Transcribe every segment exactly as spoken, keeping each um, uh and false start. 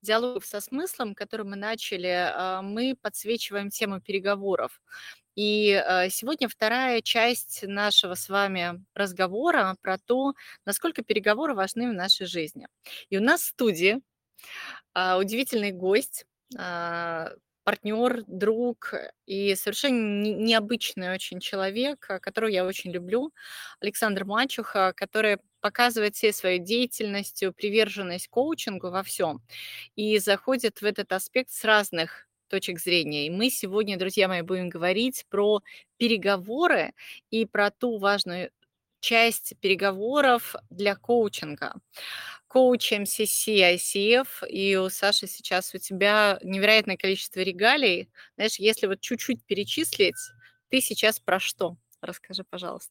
диалогов со смыслом, который мы начали, а, мы подсвечиваем тему переговоров. И а, сегодня вторая часть нашего с вами разговора про то, насколько переговоры важны в нашей жизни. И у нас в студии а, удивительный гость, а, партнер, друг и совершенно не- необычный очень человек, а, которого я очень люблю, Александр Мачуха, который показывает всей своей деятельностью приверженность коучингу во всем и заходит в этот аспект с разных точек зрения. И мы сегодня, друзья мои, будем говорить про переговоры и про ту важную часть переговоров для коучинга. Коуч эм си си ай си эф, и у Саши сейчас у тебя невероятное количество регалий. Знаешь, если вот чуть-чуть перечислить, ты сейчас про что? Расскажи, пожалуйста.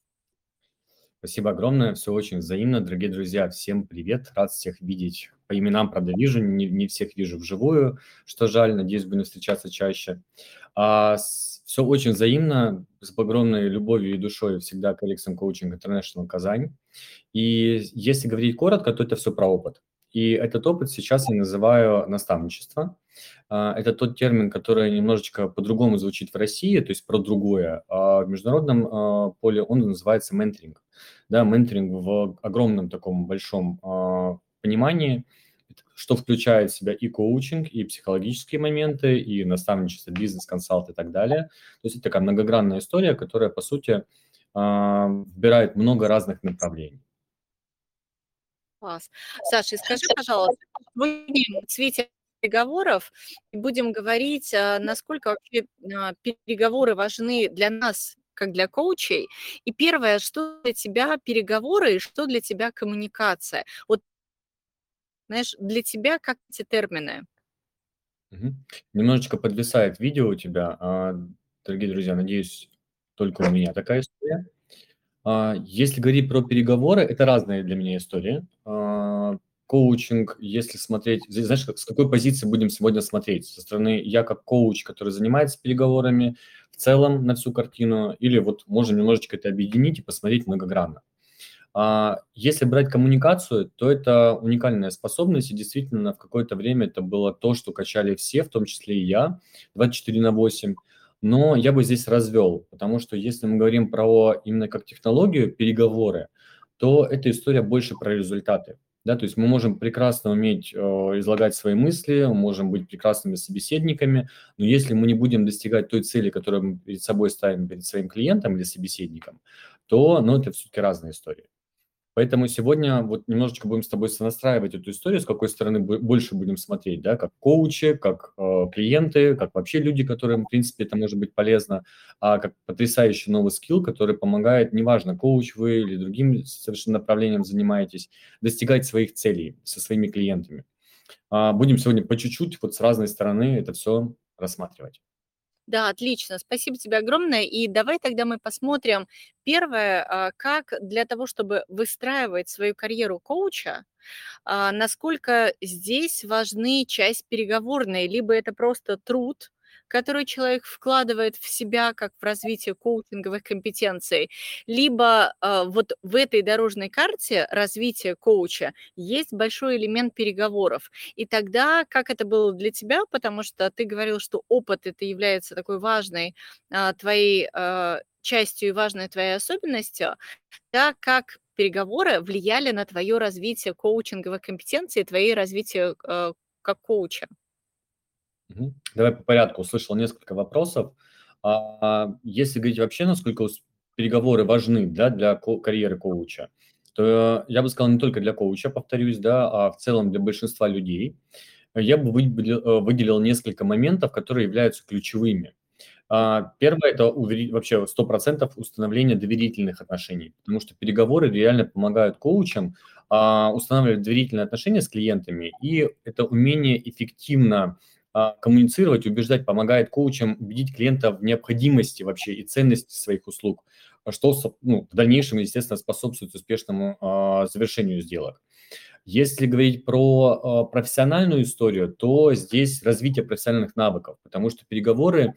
Спасибо огромное, все очень взаимно. Дорогие друзья, всем привет, рад всех видеть. По именам, правда, вижу, не, не всех вижу вживую, что жаль, надеюсь, будем встречаться чаще. Все очень взаимно, с огромной любовью и душой всегда к Elixir Coaching International Казань. И если говорить коротко, то это все про опыт. И этот опыт сейчас я называю наставничество. А, Это тот термин, который немножечко по-другому звучит в России, то есть про другое. А в международном а, поле он называется менторинг. Да, менторинг в огромном таком большом а, понимании, что включает в себя и коучинг, и психологические моменты, и наставничество, бизнес-консалт и так далее. То есть это такая многогранная история, которая, по сути, а, вбирает много разных направлений. Класс. Саша, и скажи, пожалуйста, сегодня в свете переговоров будем говорить, а, насколько вообще а, переговоры важны для нас, как для коучей. И первое, что для тебя переговоры и что для тебя коммуникация? Вот, знаешь, для тебя как эти термины? Мгм. Немножечко подвисает видео у тебя. А, дорогие друзья, надеюсь, только у меня такая история. А, если говорить про переговоры, это разные для меня истории. А, коучинг, если смотреть, здесь, знаешь, как- с какой позиции будем сегодня смотреть? Со стороны я как коуч, который занимается переговорами, в целом на всю картину, или вот можем немножечко это объединить и посмотреть многогранно. А, если брать коммуникацию, то это уникальная способность, и действительно в какое-то время это было то, что качали все, в том числе и я, двадцать четыре на восемь. Но я бы здесь развел, потому что если мы говорим про именно как технологию переговоры, то эта история больше про результаты. Да, то есть мы можем прекрасно уметь э, излагать свои мысли, можем быть прекрасными собеседниками, но если мы не будем достигать той цели, которую мы перед собой ставим перед своим клиентом или собеседником, то ну, это все-таки разные истории. Поэтому сегодня вот немножечко будем с тобой сонастраивать эту историю, с какой стороны бо- больше будем смотреть, да, как коучи, как э, клиенты, как вообще люди, которым, в принципе, это может быть полезно, а как потрясающий новый скилл, который помогает, неважно, коуч вы или другим совершенно направлением занимаетесь, достигать своих целей со своими клиентами. А, будем сегодня по чуть-чуть, вот с разной стороны это все рассматривать. Да, отлично. Спасибо тебе огромное. И давай тогда мы посмотрим. Первое, а, как для того, чтобы выстраивать свою карьеру коуча, а, насколько здесь важны часть переговорной, либо это просто труд, который человек вкладывает в себя как в развитие коучинговых компетенций, либо а, вот в этой дорожной карте развития коуча есть большой элемент переговоров. И тогда, как это было для тебя, потому что ты говорил, что опыт это является такой важной а, твоей а, частью и важной твоей особенностью, да, как переговоры влияли на твое развитие коучинговых компетенций, твои развитие, э, как коуча? Мгм. Давай по порядку. Услышал несколько вопросов. А, если говорить вообще, насколько ус- переговоры важны, да, для ко- карьеры коуча, то я бы сказал не только для коуча, повторюсь, да, а в целом для большинства людей. Я бы выделил, э, выделил несколько моментов, которые являются ключевыми. А, Первое – это увери- вообще сто процентов установление доверительных отношений, потому что переговоры реально помогают коучам а, устанавливать доверительные отношения с клиентами, и это умение эффективно а, коммуницировать, убеждать, помогает коучам убедить клиента в необходимости вообще и ценности своих услуг, а что со- ну, в дальнейшем, естественно, способствует успешному а, завершению сделок. Если говорить про э, профессиональную историю, то здесь развитие профессиональных навыков, потому что переговоры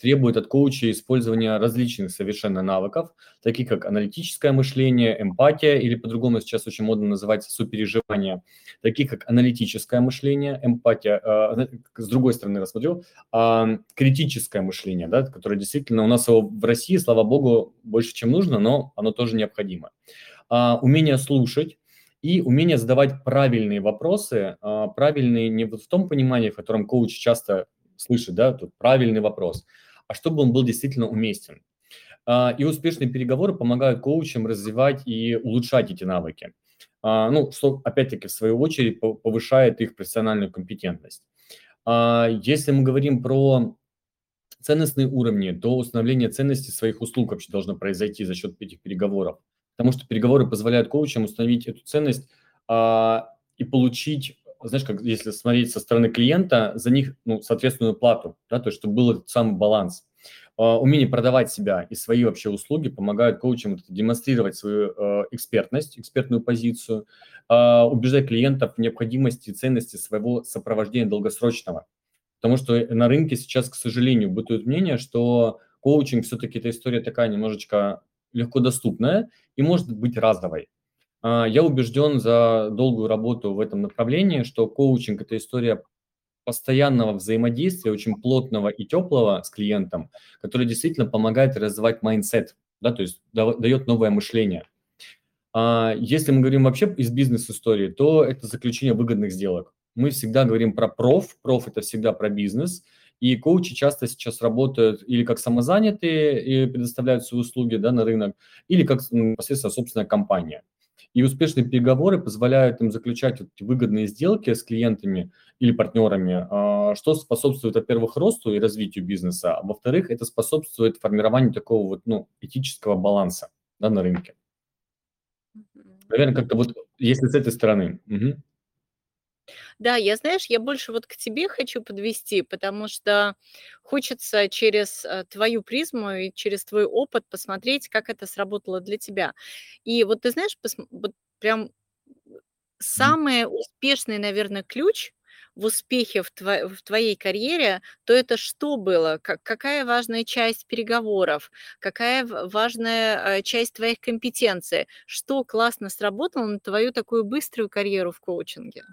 требует от коуча использования различных совершенно навыков, таких как аналитическое мышление, эмпатия, или по-другому сейчас очень модно называть сопереживание, таких как аналитическое мышление, эмпатия, э, с другой стороны рассмотрю, а, критическое мышление, да, которое действительно у нас его в России, слава богу, больше, чем нужно, но оно тоже необходимо. А, умение слушать и умение задавать правильные вопросы, а, правильные не вот в том понимании, в котором коуч часто слышит, да, тут правильный вопрос, а чтобы он был действительно уместен. А, и успешные переговоры помогают коучам развивать и улучшать эти навыки. А, ну, что, опять-таки, в свою очередь, по- повышает их профессиональную компетентность. А, если мы говорим про ценностные уровни, то установление ценности своих услуг вообще должно произойти за счет этих переговоров. Потому что переговоры позволяют коучам установить эту ценность а, и получить, знаешь, как если смотреть со стороны клиента, за них ну, соответственную плату, да, то есть чтобы был этот самый баланс. А, умение продавать себя и свои вообще услуги помогают коучам вот демонстрировать свою э, экспертность, экспертную позицию, а, убеждать клиентов в необходимости и ценности своего сопровождения долгосрочного. Потому что на рынке сейчас, к сожалению, бытует мнение, что коучинг все-таки эта история такая немножечко легко доступная и может быть разовой. А, Я убежден за долгую работу в этом направлении, что коучинг – это история постоянного взаимодействия, очень плотного и теплого с клиентом, который действительно помогает развивать майндсет, да, то есть да- дает новое мышление. А, если мы говорим вообще из бизнес-истории, то это заключение выгодных сделок. Мы всегда говорим про проф, проф – это всегда про бизнес, и коучи часто сейчас работают или как самозанятые и предоставляют свои услуги, да, на рынок, или как м, непосредственно собственная компания. И успешные переговоры позволяют им заключать вот эти выгодные сделки с клиентами или партнерами, а, что способствует, во-первых, росту и развитию бизнеса, а во-вторых, это способствует формированию такого вот, ну, этического баланса, да, на рынке. Мгм. Наверно, как-то вот если с этой стороны. Мгм. Да, я, знаешь, я больше вот к тебе хочу подвести, потому что хочется через э, твою призму и через твой опыт посмотреть, как это сработало для тебя. И вот ты знаешь, посм- вот прям Мгм. самый успешный, наверное, ключ в успехе в, тво- в твоей карьере, то это что было? Как, какая важная часть переговоров? Какая в- важная э, часть твоих компетенций? Что классно сработало на твою такую быструю карьеру в коучинге?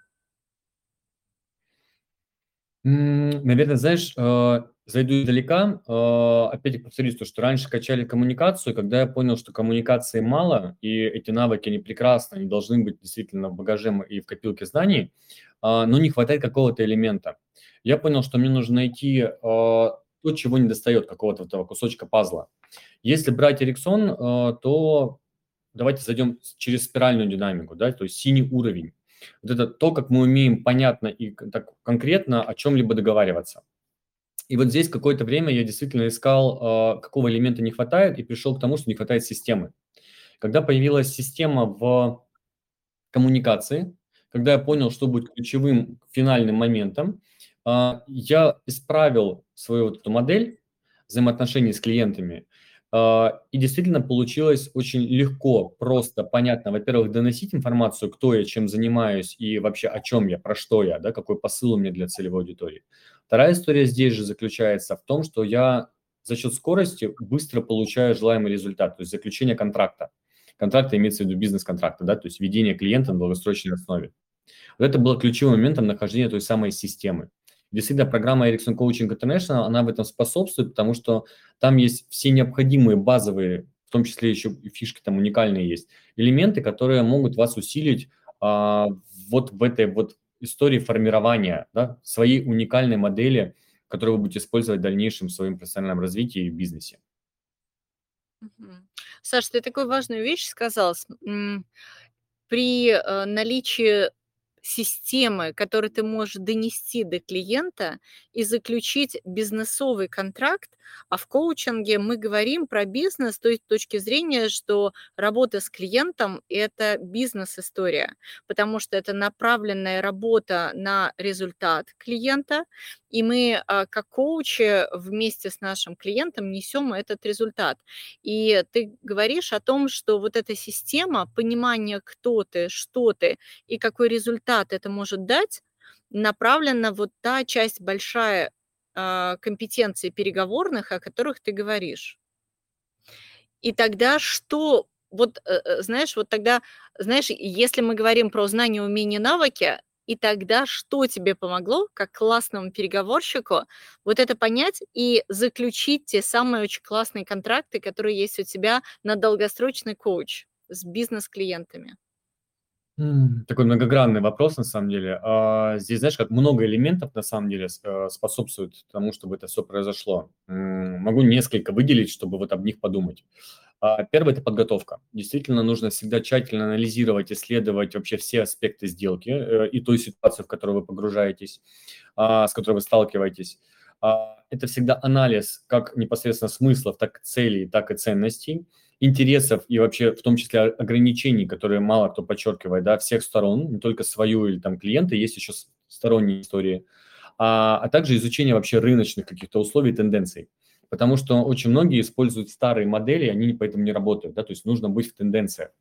М, наверно, знаешь, э, зайду издалека. Э, опять повторюсь, то, что раньше качали коммуникацию. Когда я понял, что коммуникации мало, и эти навыки, они прекрасны, они должны быть действительно в багаже м и в копилке знаний, а, но не хватает какого-то элемента. Я понял, что мне нужно найти, а, то, чего недостает, какого-то вот этого кусочка пазла. Если брать Эриксон, э, то давайте зайдем с через спиральную динамику, да, то есть синий уровень. Вот это то, как мы умеем понятно и к так конкретно о чем либо договариваться. И вот здесь какое-то время я действительно искал, а, какого элемента не хватает, и пришел к тому, что не хватает системы. Когда появилась система в коммуникации, когда я понял, что будет ключевым финальным моментом, а, я исправил свою вот эту модель взаимоотношений с клиентами, а, и действительно получилось очень легко, просто, понятно, во-первых, доносить информацию, кто я, чем занимаюсь и вообще о чем я, про что я, да, какой посыл у меня для целевой аудитории. Вторая история здесь же заключается в том, что я за счет скорости быстро получаю желаемый результат, то есть заключение контракта. Контракта имеется в виду бизнес-контракта, да, то есть ведение клиента на долгосрочной основе. Вот это было ключевым моментом нахождения той самой системы. Действительно, программа Ericsson Coaching International, она в этом способствует, потому что там есть все необходимые базовые, в том числе еще и фишки там уникальные есть, элементы, которые могут вас усилить а, вот в этой вот истории формирования, да, своей уникальной модели, которую вы будете использовать в дальнейшем в своем профессиональном развитии и в бизнесе. Мгм. Саш, ты такую важную вещь сказал. С м, при, э, наличии системы, которую ты можешь донести до клиента и заключить бизнесовый контракт, а в коучинге мы говорим про бизнес с той точки зрения, что работа с клиентом – это бизнес-история, потому что это направленная работа на результат клиента, и мы, а, как коучи, вместе с нашим клиентом несем этот результат. И ты говоришь о том, что вот эта система понимания, кто ты, что ты и какой результат это может дать, направлена вот та часть большая, а, компетенций переговорных, о которых ты говоришь. И тогда что вот, э, э, знаешь, вот тогда, знаешь, если мы говорим про знания, умения, навыки, и тогда что тебе помогло, как классному переговорщику, вот это понять и заключить те самые очень классные контракты, которые есть у тебя на долгосрочный коуч с бизнес-клиентами? М, такой многогранный вопрос на самом деле. А, здесь, знаешь, как много элементов на самом деле с э, способствуют тому, чтобы это все произошло. М, могу несколько выделить, чтобы вот об них подумать. А, первое- это подготовка. Действительно, нужно всегда тщательно анализировать, исследовать вообще все аспекты сделки, э, и той ситуации, в которую вы погружаетесь, а, с которой вы сталкиваетесь. А, это всегда анализ как непосредственно смыслов, так и целей, так и ценностей, интересов и вообще в том числе о- ограничений, которые мало кто подчеркивает, да, всех сторон, не только свою или там клиента, есть еще с- сторонние истории, а, а также изучение вообще рыночных каких-то условий, тенденций. Потому что очень многие используют старые модели, и они поэтому не работают, да, то есть нужно быть в тенденциях.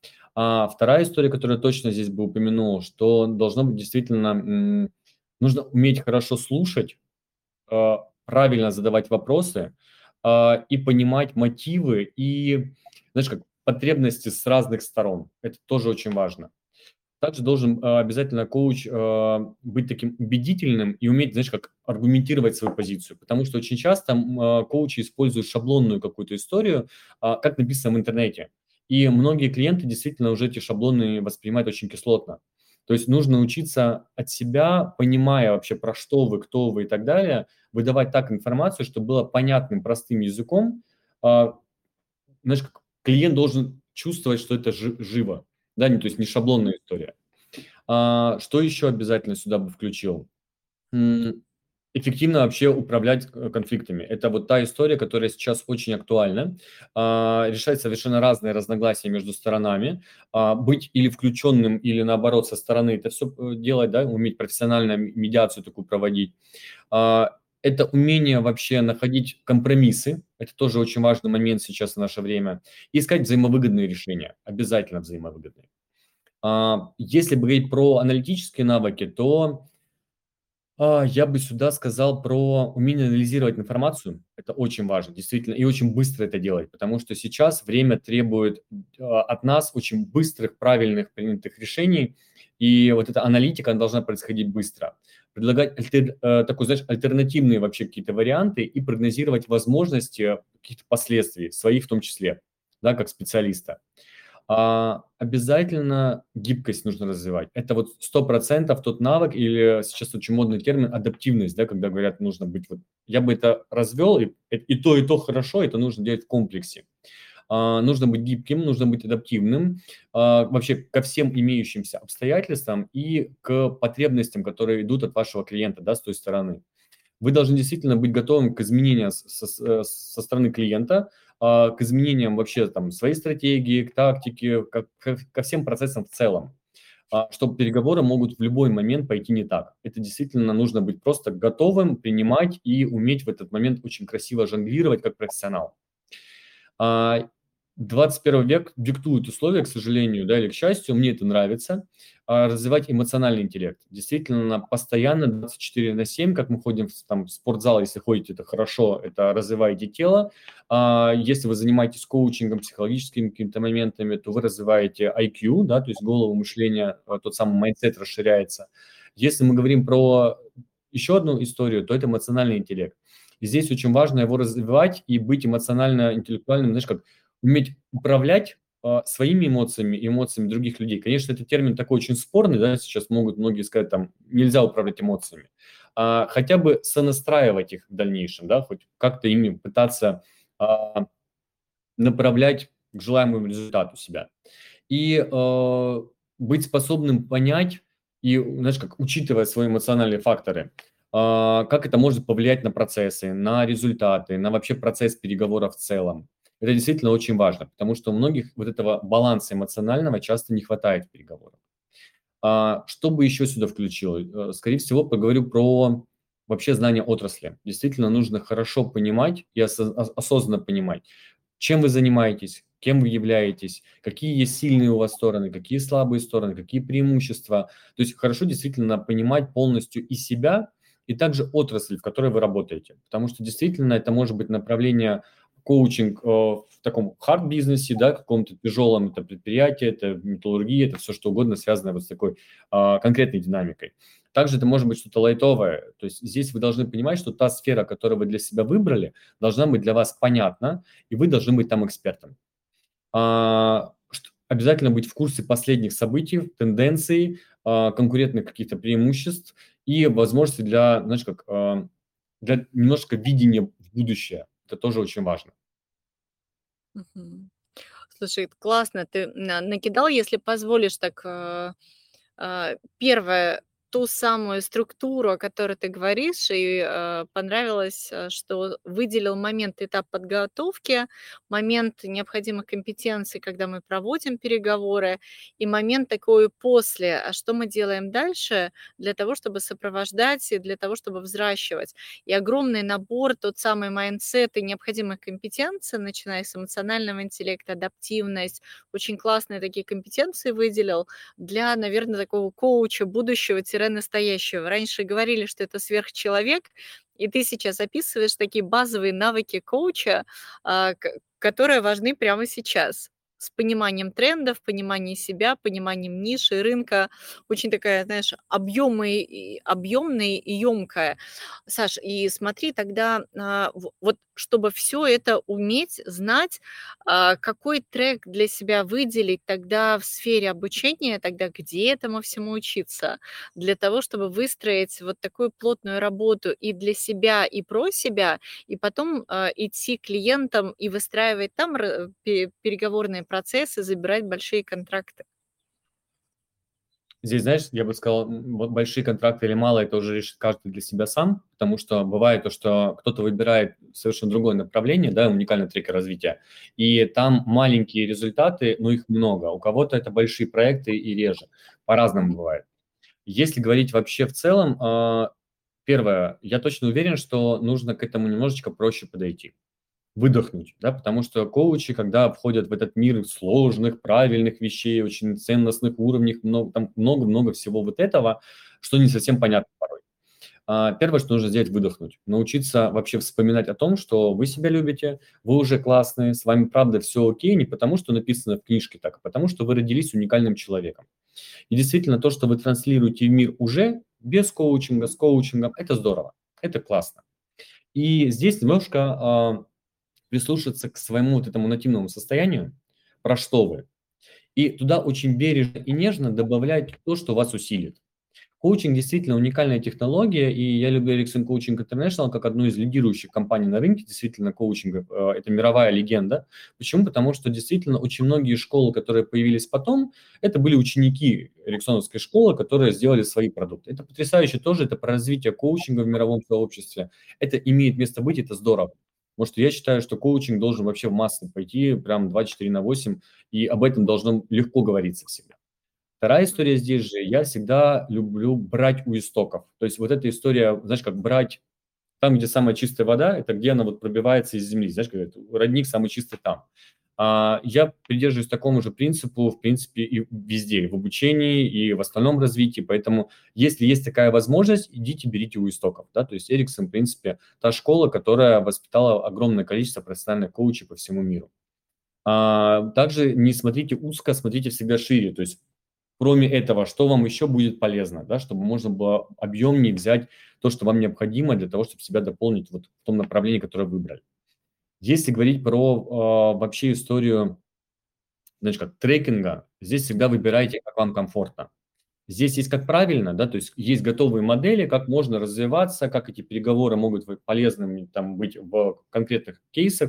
А вторая история, которую я точно здесь бы упомянул, что должно быть действительно, м, нужно уметь хорошо слушать, а, правильно задавать вопросы, а, и понимать мотивы и, знаешь, как потребности с разных сторон. Это тоже очень важно. Также должен, а, обязательно коуч, а, быть таким убедительным и уметь, знаешь, как аргументировать свою позицию. Потому что очень часто, м, а, коучи используют шаблонную какую-то историю, а, как написано в интернете. И многие клиенты действительно уже эти шаблоны воспринимают очень кислотно. То есть нужно учиться от себя, понимая вообще, про что вы, кто вы и так далее, выдавать так информацию, чтобы было понятным, простым языком. А, знаешь, как клиент должен чувствовать, что это жи живо, да, не то есть не шаблонная история. А, что еще обязательно сюда бы включил? М, эффективно вообще управлять, э, конфликтами. Это вот та история, которая сейчас очень актуальна. А, решать совершенно разные разногласия между сторонами. А, быть или включенным, или наоборот со стороны это все делать, да, уметь профессионально м медиацию такую проводить. А, это умение вообще находить компромиссы. Это тоже очень важный момент сейчас в наше время. И искать взаимовыгодные решения. Обязательно взаимовыгодные. А, если бы говорить про аналитические навыки, то, а, я бы сюда сказал про умение анализировать информацию. Это очень важно, действительно, и очень быстро это делать, потому что сейчас время требует, а, от нас очень быстрых, правильных принятых решений, и вот эта аналитика, она должна происходить быстро. Предлагать альтер э, такой, знаешь, альтернативные вообще какие-то варианты и прогнозировать возможности каких-то последствий, своих в том числе, да, как специалиста. А, обязательно гибкость нужно развивать. Это вот сто процентов тот навык или сейчас очень модный термин адаптивность, да, когда говорят, нужно быть вот я бы это развел, и и то, и то хорошо, это нужно делать в комплексе. А, нужно быть гибким, нужно быть адаптивным, а, вообще ко всем имеющимся обстоятельствам и к потребностям, которые идут от вашего клиента, да, с той стороны. Вы должны действительно быть готовым к изменениям с со с э, со стороны клиента, а, к изменениям вообще там своей стратегии, к тактике, ко ко ко всем процессам в целом, а, что переговоры могут в любой момент пойти не так. Это действительно нужно быть просто готовым принимать и уметь в этот момент очень красиво жонглировать как профессионал. А, двадцать первый век диктует условия, к сожалению, да, или к счастью, мне это нравится, а, развивать эмоциональный интеллект. Действительно, постоянно двадцать четыре на семь, как мы ходим в, там, в спортзал, если ходите, это хорошо, это развиваете тело. А, если вы занимаетесь коучингом, психологическими какими-то моментами, то вы развиваете ай кью, да, то есть голову, мышление, а, тот самый майндсет расширяется. Если мы говорим про еще одну историю, то это эмоциональный интеллект. И здесь очень важно его развивать и быть эмоционально-интеллектуальным, знаешь, как уметь управлять, а, своими эмоциями и эмоциями других людей. Конечно, этот термин такой очень спорный, да, сейчас могут многие сказать, там, нельзя управлять эмоциями. А, хотя бы сонастраивать их в дальнейшем, да, хоть как-то ими пытаться, а, направлять к желаемому результату себя. И, э, быть способным понять и, знаешь, как учитывая свои эмоциональные факторы, а, как это может повлиять на процессы, на результаты, на вообще процесс переговоров в целом. Это действительно очень важно, потому что у многих вот этого баланса эмоционального часто не хватает в переговорах. А, что бы еще сюда включил? Э, скорее всего, поговорю про вообще знание отрасли. Действительно, нужно хорошо понимать и осоз ос осознанно понимать, чем вы занимаетесь, кем вы являетесь, какие есть сильные у вас стороны, какие слабые стороны, какие преимущества. То есть хорошо действительно понимать полностью и себя, и также отрасль, в которой вы работаете. Потому что действительно это может быть направление коучинг э, в таком хард-бизнесе, да, каком-то тяжелом, это предприятие, это металлургия, это все что угодно, связанное вот с такой а, конкретной динамикой. Также это может быть что-то лайтовое. То есть здесь вы должны понимать, что та сфера, которую вы для себя выбрали, должна быть для вас понятна, и вы должны быть там экспертом. А, шт- обязательно быть в курсе последних событий, тенденций, а, конкурентных каких-то преимуществ и возможности для, знаешь, как, а, для немножко видения в будущее. Это тоже очень важно. Мгм. Слушай, это классно. Ты на накидал, если позволишь, так, э, а, первое, ту самую структуру, о которой ты говоришь, и, э, понравилось, э, что выделил момент, этап подготовки, момент необходимых компетенций, когда мы проводим переговоры, и момент такой после, а что мы делаем дальше для того, чтобы сопровождать и для того, чтобы взращивать. И огромный набор, тот самый майндсет и необходимых компетенций, начиная с эмоционального интеллекта, адаптивность. Очень классные такие компетенции выделил для, наверное, такого коуча будущего-настоящего. Раньше говорили, что это сверхчеловек, и ты сейчас описываешь такие базовые навыки коуча, а, к которые важны прямо сейчас. С пониманием трендов, пониманием себя, пониманием ниши, рынка. Очень такая, знаешь, объёмы и объёмная и ёмкая. Саш, и смотри тогда, а, в вот чтобы всё это уметь, знать, а, какой трек для себя выделить тогда в сфере обучения, тогда где этому всему учиться? Для того, чтобы выстроить вот такую плотную работу и для себя, и про себя, и потом, а, идти к клиентам и выстраивать там р пе переговорные процессы, забирать большие контракты. Здесь, знаешь, я бы сказал, м, вот большие контракты или мало, это уже решит каждый для себя сам, потому что бывает то, что кто-то выбирает совершенно другое направление, да, уникальный трек развития, и там маленькие результаты, но их много. У кого-то это большие проекты и реже. По-разному Мгм. бывает. Если говорить вообще в целом, а, первое, я точно уверен, что нужно к этому немножечко проще подойти. Выдохнуть, да, потому что коучи, когда входят в этот мир сложных, правильных вещей, очень ценностных уровней, много, там много-много всего вот этого, что не совсем понятно порой. А, Первое, что нужно сделать, выдохнуть. Научиться вообще вспоминать о том, что вы себя любите, вы уже классные, с вами правда все окей, не потому что написано в книжке так, а потому что вы родились уникальным человеком. И действительно, то, что вы транслируете в мир уже без коучинга, с коучингом, это здорово, это классно. И здесь немножко а, прислушаться к своему вот этому нативному состоянию, про что вы, и туда очень бережно и нежно добавлять то, что вас усилит. Коучинг действительно уникальная технология, и я люблю Ericsson Coaching International как одну из лидирующих компаний на рынке, действительно, коучинга. э, Это мировая легенда. Почему? Потому что действительно очень многие школы, которые появились потом, это были ученики эриксоновской школы, которые сделали свои продукты. Это потрясающе тоже, это про развитие коучинга в мировом сообществе. Это имеет место быть, это здорово. Потому что я считаю, что коучинг должен вообще в массы пойти, прям двадцать четыре на восемь, и об этом должно легко говориться всегда. Вторая история здесь же, я всегда люблю брать у истоков. То есть вот эта история, знаешь, как брать там, где самая чистая вода, это где она вот пробивается из земли. Знаешь, говорят, родник самый чистый там. А, я придерживаюсь такому же принципу, в принципе, и везде, и в обучении, и в остальном развитии. Поэтому, если есть такая возможность, идите, берите у истоков. Да? То есть Эриксон, в принципе, та школа, которая воспитала огромное количество профессиональных коучей по всему миру. А, также не смотрите узко, смотрите всегда шире. То есть кроме этого, что вам еще будет полезно, да, чтобы можно было объемнее взять то, что вам необходимо для того, чтобы себя дополнить вот в том направлении, которое выбрали. Если говорить про а, вообще историю, значит, как трекинга, здесь всегда выбирайте, как вам комфортно. Здесь есть как правильно, да, то есть есть готовые модели, как можно развиваться, как эти переговоры могут быть полезными там быть в конкретных кейсах.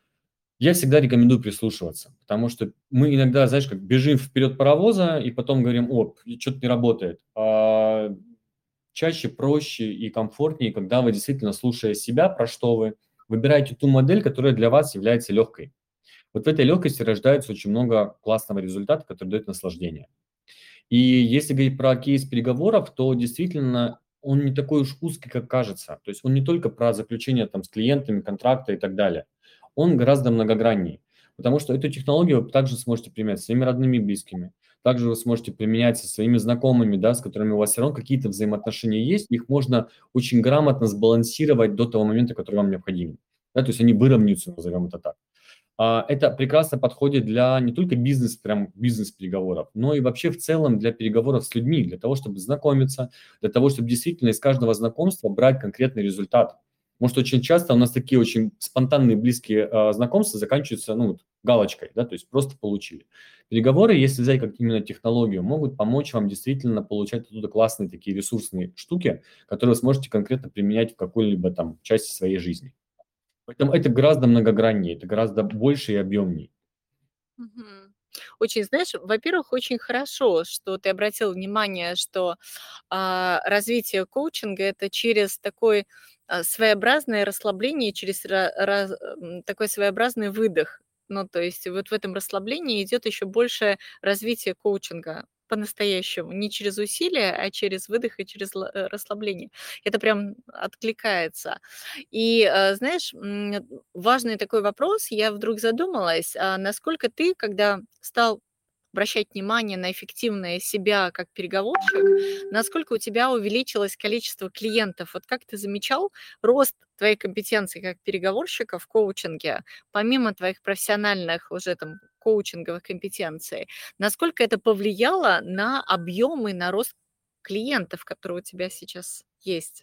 Я всегда рекомендую прислушиваться, потому что мы иногда, знаешь, как бежим вперед паровоза и потом говорим: "О, что-то не работает". А, чаще проще и комфортнее, когда вы действительно, слушая себя, про что вы, выбираете ту модель, которая для вас является легкой. Вот в этой легкости рождается очень много классного результата, который дает наслаждение. И если говорить про кейс переговоров, то действительно он не такой уж узкий, как кажется. То есть он не только про заключение там с клиентами контракта и так далее. Он гораздо многограннее. Потому что эту технологию вы также сможете применять с своими родными и близкими, Также вы сможете применять со своими знакомыми, да, с которыми у вас всё равно какие-то взаимоотношения есть. Их можно очень грамотно сбалансировать до того момента, который вам необходим. Да, то есть они выровняются, назовем это так. А, это прекрасно подходит для не только бизнес, прям бизнес-переговоров, но и вообще в целом для переговоров с людьми, для того, чтобы знакомиться, для того, чтобы действительно из каждого знакомства брать конкретный результат. Потому что очень часто у нас такие очень спонтанные, близкие, а, знакомства заканчиваются, ну, вот галочкой, да, то есть просто получили. Переговоры, если взять как именно технологию, могут помочь вам действительно получать оттуда классные такие ресурсные штуки, которые вы сможете конкретно применять в какой-либо там части своей жизни. Поэтому это гораздо многограннее, это гораздо больше и объемней. Мгм. Очень, знаешь, во-первых, очень хорошо, что ты обратил внимание, что, а, развитие коучинга- это через такой, а, своеобразное расслабление, через ра раз м, такой своеобразный выдох. Ну, то есть вот в этом расслаблении идет еще большее развитие коучинга по-настоящему. Не через усилия, а через выдох и через ла э, расслабление. Это прям откликается. И, э, знаешь, м, важный такой вопрос. Я вдруг задумалась, а насколько ты, когда стал обращать внимание на эффективное себя как переговорщик, насколько у тебя увеличилось количество клиентов? Вот как ты замечал рост твоей компетенции как переговорщика в коучинге, помимо твоих профессиональных уже там коучинговых компетенций? Насколько это повлияло на объем и на рост клиентов, которые у тебя сейчас есть?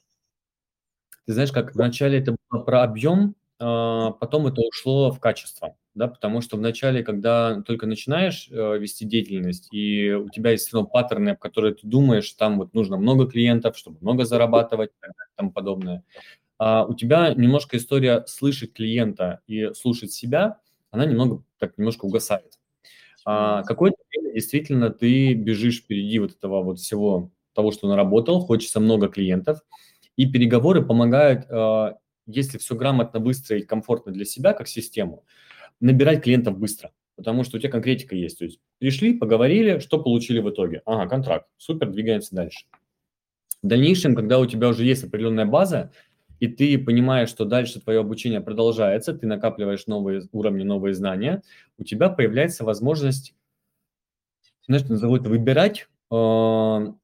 Ты знаешь, как вначале это было про объем, а, потом это ушло в качество, да. Потому что вначале, когда только начинаешь, э, вести деятельность, и у тебя есть всё равно паттерны, об которые ты думаешь, там вот нужно много клиентов, чтобы много зарабатывать и так далее, и тому подобное. А, у тебя немножко история слышать клиента и слушать себя, она немного так немножко угасает. А, М. какое-то время действительно ты бежишь впереди вот этого вот всего того, что наработал, хочется много клиентов, и переговоры помогают, а, если всё грамотно выстроить, комфортно для себя как систему, набирать клиентов быстро. Потому что у тя конкретика есть. То есть пришли, поговорили, что получили в итоге? Ага, контракт. Супер, двигаемся дальше. В дальнейшем, когда у тебя уже есть определенная база, и ты понимаешь, что дальше твое обучение продолжается, ты накапливаешь новые з уровни, новые знания, у тебя появляется возможность знаешь, назову это, выбирать, а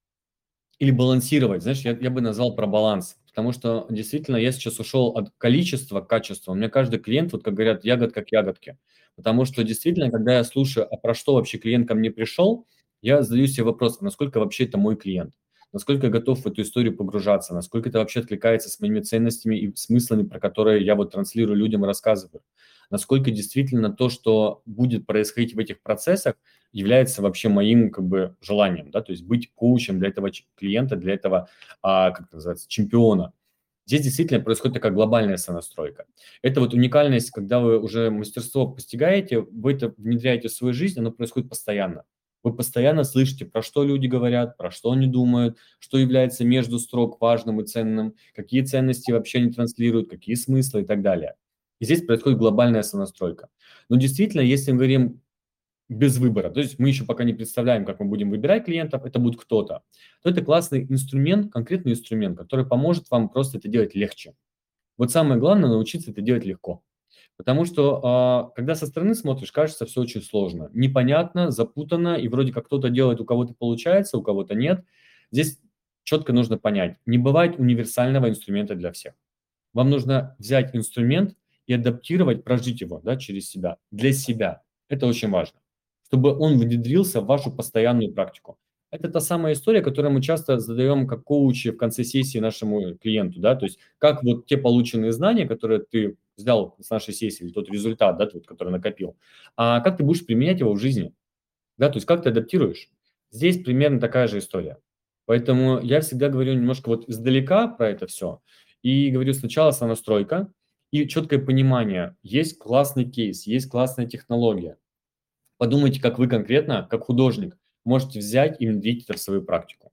или балансировать. Знаешь, я я бы назвал про баланс. Потому что действительно я сейчас ушел от количества к качеству. У меня каждый клиент, вот как говорят, ягодка к ягодке. Потому что действительно, когда я слушаю, а про что вообще клиент ко мне пришел, я задаю се вопрос: а насколько вообще это мой клиент? Насколько я готов в эту историю погружаться? Насколько это вообще откликается с моими ценностями и смыслами, про которые я вот транслирую людям и рассказываю? Насколько действительно то, что будет происходить в этих процессах, является вообще моим как бы желанием, да, то есть быть коучем для этого ч клиента, для этого, а, как это называется, чемпиона. Здесь действительно происходит такая глобальная сонастройка. Это вот уникальность, когда вы уже мастерство постигаете, вы это внедряете в свою жизнь, оно происходит постоянно. Вы постоянно слышите, про что люди говорят, про что они думают, что является между строк важным и ценным, какие ценности вообще они транслируют, какие смыслы и так далее. И здесь происходит глобальная сонастройка. Но действительно, если мы говорим без выбора, то есть мы еще пока не представляем, как мы будем выбирать клиентов, это будет кто-то, то это классный инструмент, конкретный инструмент, который поможет вам просто это делать легче. Вот самое главное- научиться это делать легко. Потому что, а, когда со стороны смотришь, кажется всё очень сложно, непонятно, запутанно, и вроде как кто-то делает, у кого-то получается, у кого-то нет. Здесь четко нужно понять: не бывает универсального инструмента для всех. Вам нужно взять инструмент и адаптировать, прожить его, да, через себя, для себя. Это очень важно, чтобы он внедрился в вашу постоянную практику. Это та самая история, которую мы часто задаем как коучи в конце сессии нашему клиенту, да. То есть как вот те полученные знания, которые ты взял с нашей сессии, или тот результат, да, тот, который накопил, а как ты будешь применять его в жизни, да, то есть как ты адаптируешь. Здесь примерно такая же история. Поэтому я всегда говорю немножко вот издалека про это всё и говорю: сначала сонастройка и четкое понимание. Есть классный кейс, есть классная технология. Подумайте, как вы конкретно, как художник, можете взять и внедрить это в свою практику.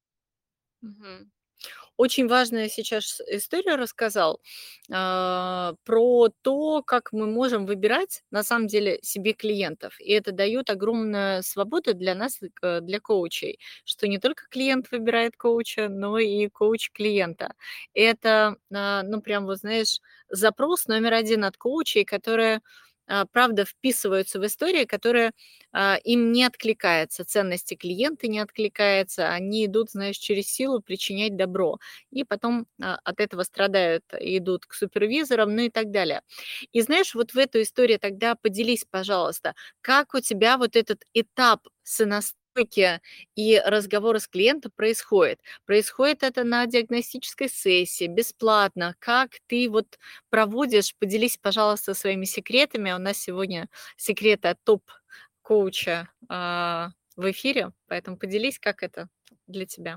Мгм. Очень важную сейчас историю рассказал, а, про то, как мы можем выбирать на самом деле себе клиентов. И это даёт огромную свободу для нас, к для коучей, что не только клиент выбирает коуча, но и коуч клиента. Это, а, ну, прям вот знаешь, запрос номер один от коучей, которые а, правда вписываются в истории, которые, а, им не откликается, ценности клиента не откликается, они идут, знаешь, через силу причинять добро, и потом, а, от этого страдают, идут к супервизорам, ну и так далее. И знаешь, вот в эту историю тогда поделись, пожалуйста, как у тебя вот этот этап сонастройки и разговора с клиентом происходит? Происходит это на диагностической сессии, бесплатно? Как ты вот проводишь? Поделись, пожалуйста, своими секретами. У нас сегодня секреты от топ-коуча, а, в эфире, поэтому поделись, как это для тебя.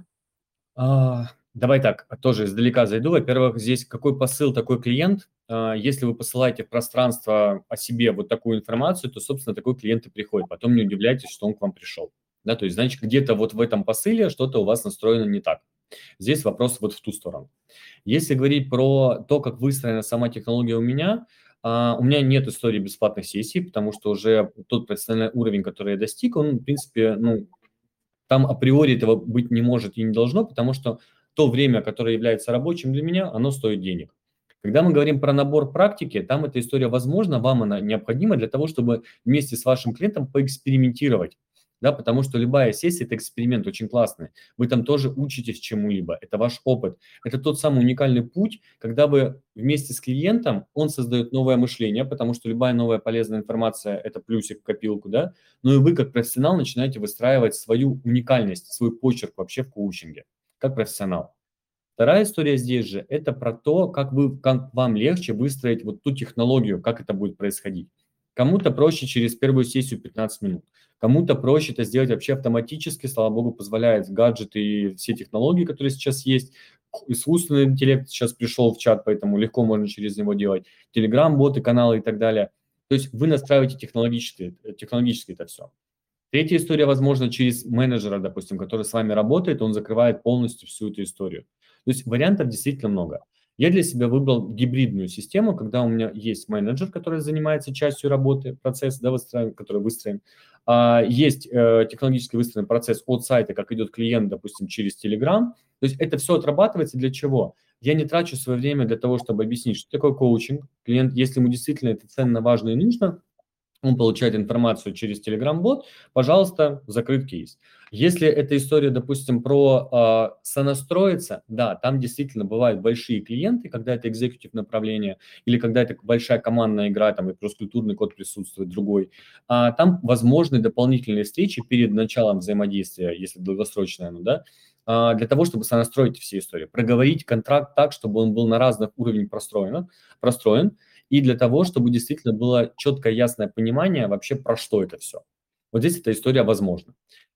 А, давай так, а, тоже издалека зайду. Во-первых, здесь какой посыл, такой клиент. А, если вы посылаете в пространство о себе вот такую информацию, то, собственно, такой клиент и приходит. Потом не удивляйтесь, что он к вам пришел. Да, то есть, значит, где-то вот в этом посыле что-то у вас настроено не так. Здесь вопрос вот в ту сторону. Если говорить про то, как выстроена сама технология у меня, а, у меня нет истории бесплатных сессий, потому что уже тот профессиональный уровень, который я достиг, он, в принципе, ну, там априори этого быть не может и не должно, потому что то время, которое является рабочим для меня, оно стоит денег. Когда мы говорим про набор практики, там эта история возможна, вам она необходима для того, чтобы вместе с вашим клиентом поэкспериментировать. Да, потому что любая сессия– это эксперимент очень классный. Вы там тоже учитесь чему-либо. Это ваш опыт. Это тот самый уникальный путь, когда вы вместе с клиентом, он создает новое мышление, потому что любая новая полезная информация– это плюсик в копилку, да, ну и вы как профессионал начинаете выстраивать свою уникальность, свой почерк вообще в коучинге, как профессионал. Вторая история здесь же– это про то, как, вы, как вам легче выстроить вот ту технологию, как это будет происходить. Кому-то проще через первую сессию пятнадцать минут, кому-то проще это сделать вообще автоматически, слава богу, позволяет гаджеты и все технологии, которые сейчас есть. Искусственный интеллект сейчас пришел в чат, поэтому легко можно через него делать. Телеграм-боты, каналы и так далее. То есть вы настраиваете технологически, технологически это все. Третья история, возможно, через менеджера, допустим, который с вами работает, он закрывает полностью всю эту историю. То есть вариантов действительно много. Я для себя выбрал гибридную систему, когда у меня есть менеджер, который занимается частью работы, процесс, да, выстроен, который выстроен. А, есть э, технологически выстроенный процесс от сайта, как идет клиент, допустим, через Telegram. То есть это все отрабатывается для чего? Я не трачу свое время для того, чтобы объяснить, что такое коучинг. Клиент, если ему действительно это ценно, важно и нужно, он получает информацию через Telegram-бот, пожалуйста, закрыт кейс. Если эта история, допустим, про э, сонастроиться, да, там действительно бывают большие клиенты, когда это экзекутив направление, или когда это большая командная игра, там и кросс-культурный код присутствует, другой, а, там возможны дополнительные встречи перед началом взаимодействия, если долгосрочное оно, да, а, для того, чтобы сонастроить все истории, проговорить контракт так, чтобы он был на разных уровнях простроен, простроен, и для того, чтобы действительно было четкое, ясное понимание вообще, про что это все. Вот здесь эта история возможна.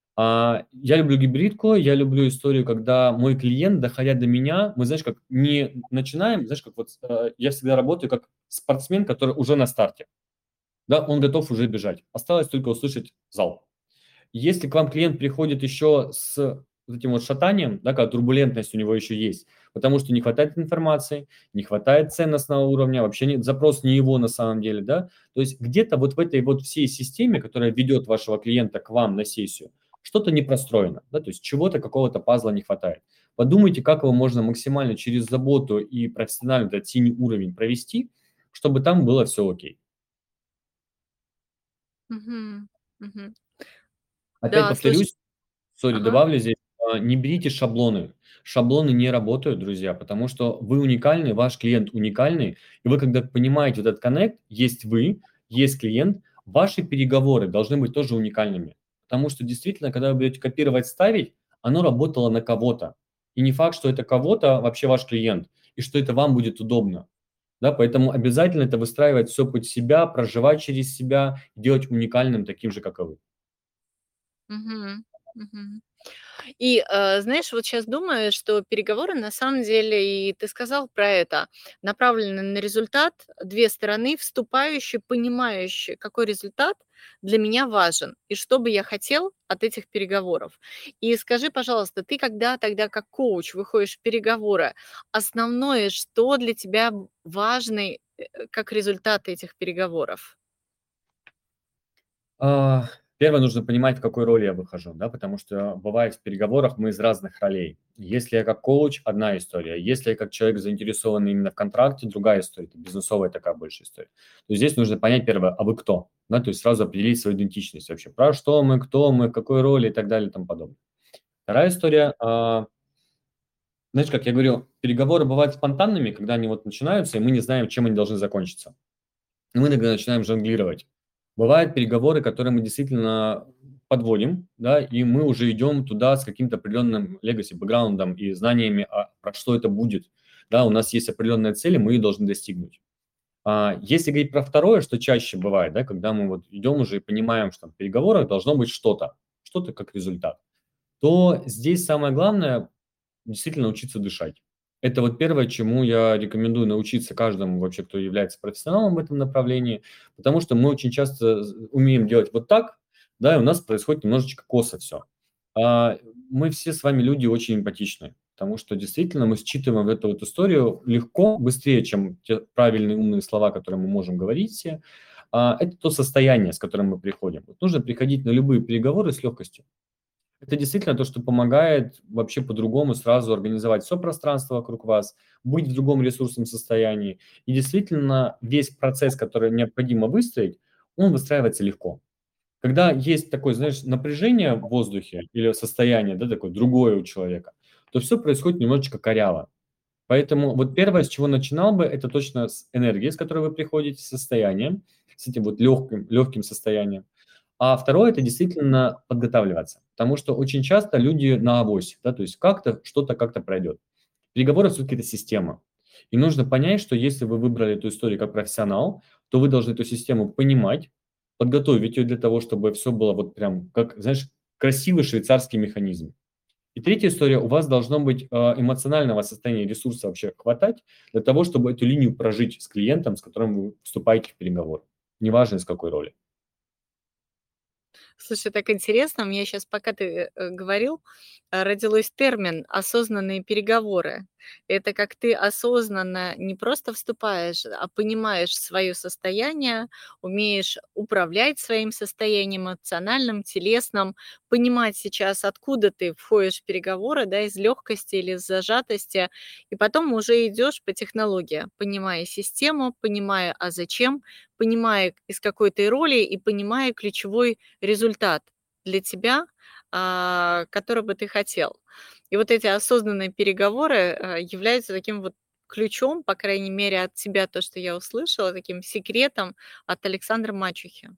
А, я люблю гибридку, я люблю историю, когда мой клиент, доходя до меня, мы, знаешь, как не начинаем, знаешь, как вот э, я всегда работаю как спортсмен, который уже на старте. Да, он готов уже бежать. Осталось только услышать зал. Если к вам клиент приходит еще с вот этим вот шатанием, да, когда турбулентность у него еще есть, потому что не хватает информации, не хватает ценностного уровня, вообще нет, запрос не его на самом деле, да, то есть где-то вот в этой вот всей системе, которая ведет вашего клиента к вам на сессию, что-то не простроено, да, то есть чего-то, какого-то пазла не хватает. Подумайте, как его можно максимально через заботу и профессиональный этот синий уровень провести, чтобы там было все окей. Мгм. Мгм. Опять Да, слушай. повторюсь, сори, Ага. добавлю здесь, а, не берите шаблоны. Шаблоны не работают, друзья, потому что вы уникальны, ваш клиент уникальный, и вы, когда понимаете вот этот коннект, есть вы, есть клиент, ваши переговоры должны быть тоже уникальными. Потому что действительно, когда вы будете копировать, ставить, оно работало на кого-то. И не факт, что это кого-то вообще ваш клиент, и что это вам будет удобно. Да, поэтому обязательно это выстраивать все под себя, проживать через себя, делать уникальным таким же, как и вы. Мгм. Мгм. И, э, знаешь, вот сейчас думаю, что переговоры на самом деле, и ты сказал про это, направлены на результат, две стороны, вступающие, понимающие, какой результат для меня важен и что бы я хотел от этих переговоров. И скажи, пожалуйста, ты когда тогда как коуч выходишь в переговоры, основное, что для тебя важный, э, как результат этих переговоров? Первое, нужно понимать, в какой роли я выхожу, да, потому что бывает в переговорах мы из разных ролей. Если я как коуч- одна история, если я как человек, заинтересованный именно в контракте- другая история, это бизнесовая такая больше история. То есть здесь нужно понять первое: а вы кто? Да, то есть сразу определить свою идентичность вообще. Про что мы, кто мы, в какой роли и так далее и тому подобное. Вторая история, а знаешь, как я говорил, переговоры бывают спонтанными, когда они вот начинаются, и мы не знаем, чем они должны закончиться. И мы иногда начинаем жонглировать. Бывают переговоры, которые мы действительно подводим, да, и мы уже идем туда с каким-то определенным legacy, бэкграундом и знаниями, а, про что это будет. Да, у нас есть определенная цель, и мы ее должны достигнуть. А, если говорить про второе, что чаще бывает, да, когда мы вот идем уже и понимаем, что в переговорах должно быть что-то, что-то как результат, то здесь самое главное действительно учиться дышать. Это вот первое, чему я рекомендую научиться каждому вообще, кто является профессионалом в этом направлении, потому что мы очень часто з умеем делать вот так, да, и у нас происходит немножечко косо все. А, мы все с вами люди очень эмпатичны, потому что действительно мы считываем эту вот историю легко, быстрее, чем те правильные умные слова, которые мы можем говорить все. А, это то состояние, с которым мы приходим. Вот нужно приходить на любые переговоры с легкостью. Это действительно то, что помогает вообще по-другому сразу организовать все пространство вокруг вас, быть в другом ресурсном состоянии. И действительно весь процесс, который необходимо выстроить, он выстраивается легко. Когда есть такое, знаешь, напряжение в воздухе или состояние, да, такое другое у человека, то все происходит немножечко коряво. Поэтому вот первое, с чего начинал бы, это точно с энергии, с которой вы приходите, с состоянием, с этим вот легким легким состоянием. А второе- это действительно подготавливаться, потому что очень часто люди на авось, да, то есть как-то что-то как-то пройдет. Переговоры все-таки это система. И нужно понять, что если вы выбрали эту историю как профессионал, то вы должны эту систему понимать, подготовить ее для того, чтобы все было вот прям, как, знаешь, красивый швейцарский механизм. И третья история: у вас должно быть а, эмоционального состояния, ресурса вообще хватать для того, чтобы эту линию прожить с клиентом, с которым вы вступаете в переговоры. Неважно, из какой роли. Слушай, так интересно. У меня сейчас, пока ты, э, говорил, э, родилось термин "осознанные переговоры". Это как ты осознанно не просто вступаешь, а понимаешь свое состояние, умеешь управлять своим состоянием эмоциональным, телесным, понимать сейчас, откуда ты входишь в переговоры, да, из легкости или из зажатости, и потом уже идешь по технологии, понимая систему, понимая, а зачем, понимая, из какой ты роли, и понимая ключевой результат для тебя, а, который бы ты хотел. И вот эти осознанные переговоры, э, являются таким вот ключом, по крайней мере, от тебя, то, что я услышала, таким секретом от Александра Мачухи.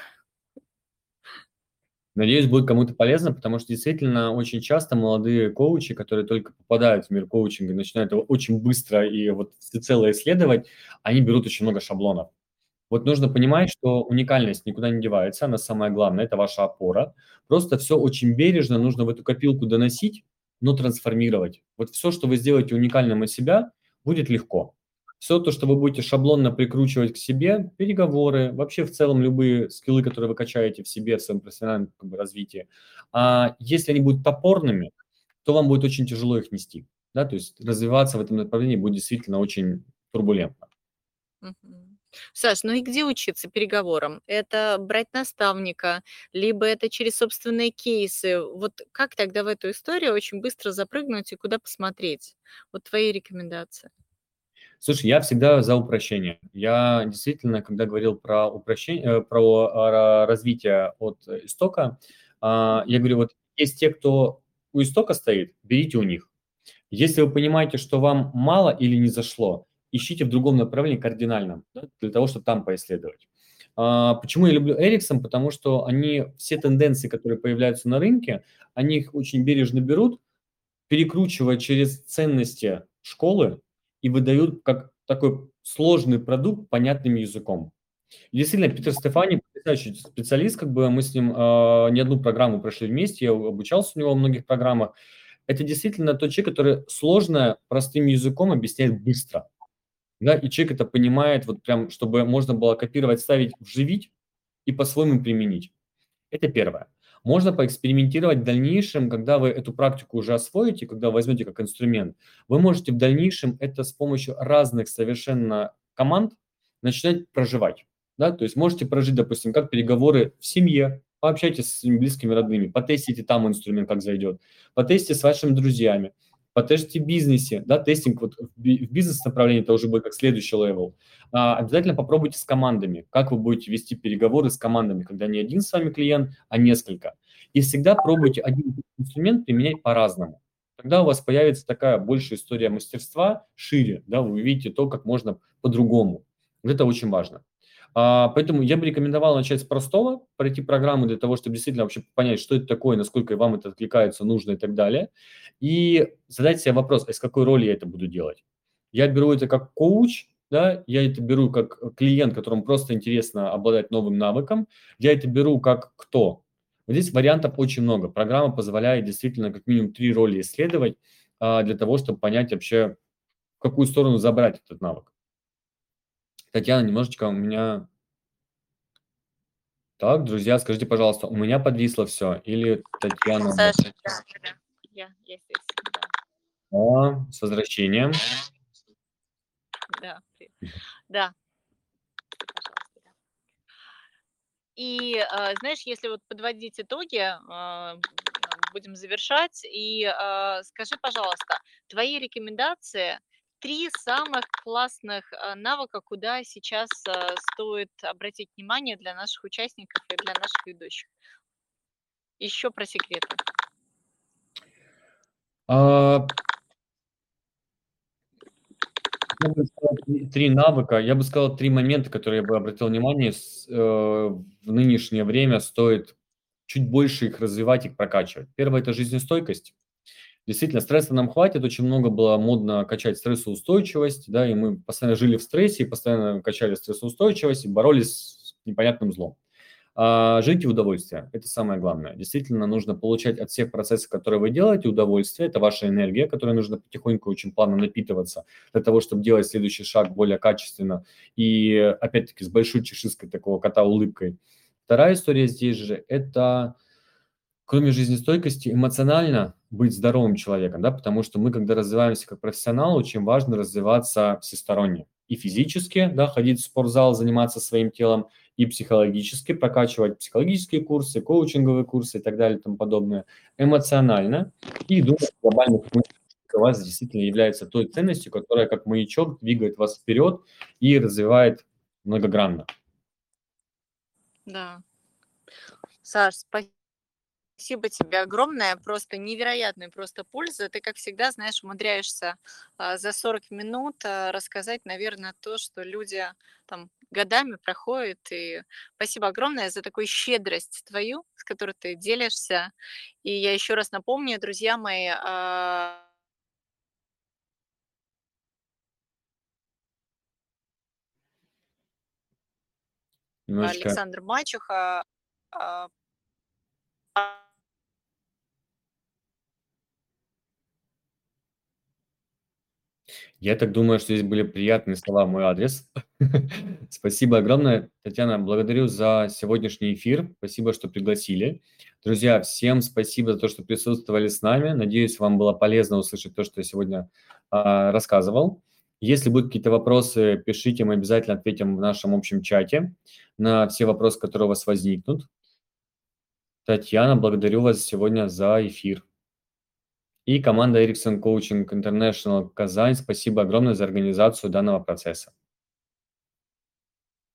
Надеюсь, будет кому-то полезно, потому что действительно очень часто молодые коучи, которые только попадают в мир коучинга, начинают его очень быстро и вот всецело исследовать, они берут очень много шаблонов. Вот нужно понимать, что уникальность никуда не девается, она самая главная, это ваша опора. Просто все очень бережно нужно в эту копилку доносить, но трансформировать. Вот все, что вы сделаете уникальным из себя, будет легко. Все то, что вы будете шаблонно прикручивать к себе, переговоры, вообще в целом любые скиллы, которые вы качаете в себе, в своем профессиональном как бы, развитии, а если они будут топорными, то вам будет очень тяжело их нести. Да? То есть развиваться в этом направлении будет действительно очень турбулентно. Мгм. Саш, ну и где учиться переговорам? Это брать наставника, либо это через собственные кейсы? Вот как тогда в эту историю очень быстро запрыгнуть и куда посмотреть? Вот твои рекомендации. Слушай, я всегда за упрощение. Я действительно, когда говорил про упрощение, э, про а, развитие от э, истока, а, я Мгм. говорю, вот есть те, кто у истока стоит, берите у них. Если вы понимаете, что вам мало или не зашло, ищите в другом направлении кардинальном, да, для того, чтобы там поисследовать. А, почему я люблю Эриксон? Потому что они все тенденции, которые появляются на рынке, они их очень бережно берут, перекручивая через ценности школы и выдают как такой сложный продукт понятным языком. И действительно, Питер Стефани потрясающий специалист, как бы мы с ним а, не одну программу прошли вместе, я обучался у него во многих программах. Это действительно тот человек, который сложное простым языком объясняет быстро. Да, и человек это понимает, вот прям, чтобы можно было копировать, ставить, вживить и по-своему применить. Это первое. Можно поэкспериментировать в дальнейшем, когда вы эту практику уже освоите, когда возьмете как инструмент, вы можете в дальнейшем это с помощью разных совершенно команд начинать проживать. Да? То есть можете прожить, допустим, как переговоры в семье, пообщайтесь с своими близкими, родными, потестите там инструмент, как зайдет, потестите с вашими друзьями, потестите в бизнесе, да, тестинг вот в би- в бизнес-направлении это уже будет как следующий левел. А, обязательно попробуйте с командами, как вы будете вести переговоры с командами, когда не один с вами клиент, а несколько. И всегда пробуйте один инструмент применять по-разному. Тогда у вас появится такая большая история мастерства, шире, да, вы увидите то, как можно по-другому. Вот это очень важно. А, поэтому я бы рекомендовал начать с простого, пройти программу для того, чтобы действительно вообще понять, что это такое, насколько вам это откликается, нужно и так далее. И задать себе вопрос, а из какой роли я это буду делать? Я беру это как коуч, да, я это беру как клиент, которому просто интересно обладать новым навыком, я это беру как кто? Вот здесь вариантов очень много. Программа позволяет действительно как минимум три роли исследовать а, для того, чтобы понять вообще, в какую сторону забрать этот навык. Татьяна, немножечко у меня... Так, друзья, скажите, пожалуйста, у меня подвисло все или Татьяна... Саша, да, да, я, я здесь, А, с возвращением. да, да, да, пожалуйста, да. И, а, знаешь, если вот подводить итоги, а, будем завершать. И а, скажи, пожалуйста, твои рекомендации, три самых классных а, навыка, куда сейчас а, стоит обратить внимание для наших участников и для наших ведущих. Еще про секреты. А, я бы сказал, три три навыка. Я бы сказал, три момента, которые я бы обратил внимание. С э, в нынешнее время стоит чуть больше их развивать, их прокачивать. Первое- это жизнестойкость. Действительно, стресса нам хватит. Очень много было модно качать стрессоустойчивость, да, и мы постоянно жили в стрессе, и постоянно качали стрессоустойчивость и боролись с непонятным злом. А, живите в удовольствие. Это самое главное. Действительно, нужно получать от всех процессов, которые вы делаете, удовольствие. Это ваша энергия, которой нужно потихоньку, очень плавно напитываться для того, чтобы делать следующий шаг более качественно и, опять-таки, с большой чеширской такого кота улыбкой. Вторая история здесь же– это, кроме жизнестойкости, эмоционально быть здоровым человеком, да, потому что мы, когда развиваемся как профессионал, очень важно развиваться всесторонне. И физически, да, ходить в спортзал, заниматься своим телом, и психологически прокачивать психологические курсы, коучинговые курсы и так далее и тому подобное. Эмоционально и думать о глобальных смыслах, что у вас действительно является той ценностью, которая как маячок двигает вас вперед и развивает многогранно. Да. Саш, спасибо тебе огромное, просто невероятная просто польза. Ты, как всегда, знаешь, умудряешься а, за сорок минут а, рассказать, наверное, то, что люди там годами проходят. И спасибо огромное за такую щедрость твою, с которой ты делишься. И я еще раз напомню, друзья мои, а, Немножечко Александр Мачеха. а, Я так думаю, что здесь были приятные слова в мой адрес. Спасибо огромное, Татьяна. Благодарю за сегодняшний эфир. Спасибо, что пригласили. Друзья, всем спасибо за то, что присутствовали с нами. Надеюсь, вам было полезно услышать то, что я сегодня а, рассказывал. Если будут какие-то вопросы, пишите, мы обязательно ответим в нашем общем чате на все вопросы, которые у вас возникнут. Татьяна, благодарю вас сегодня за эфир. И команда Ericsson Coaching International Казань, спасибо огромное за организацию данного процесса.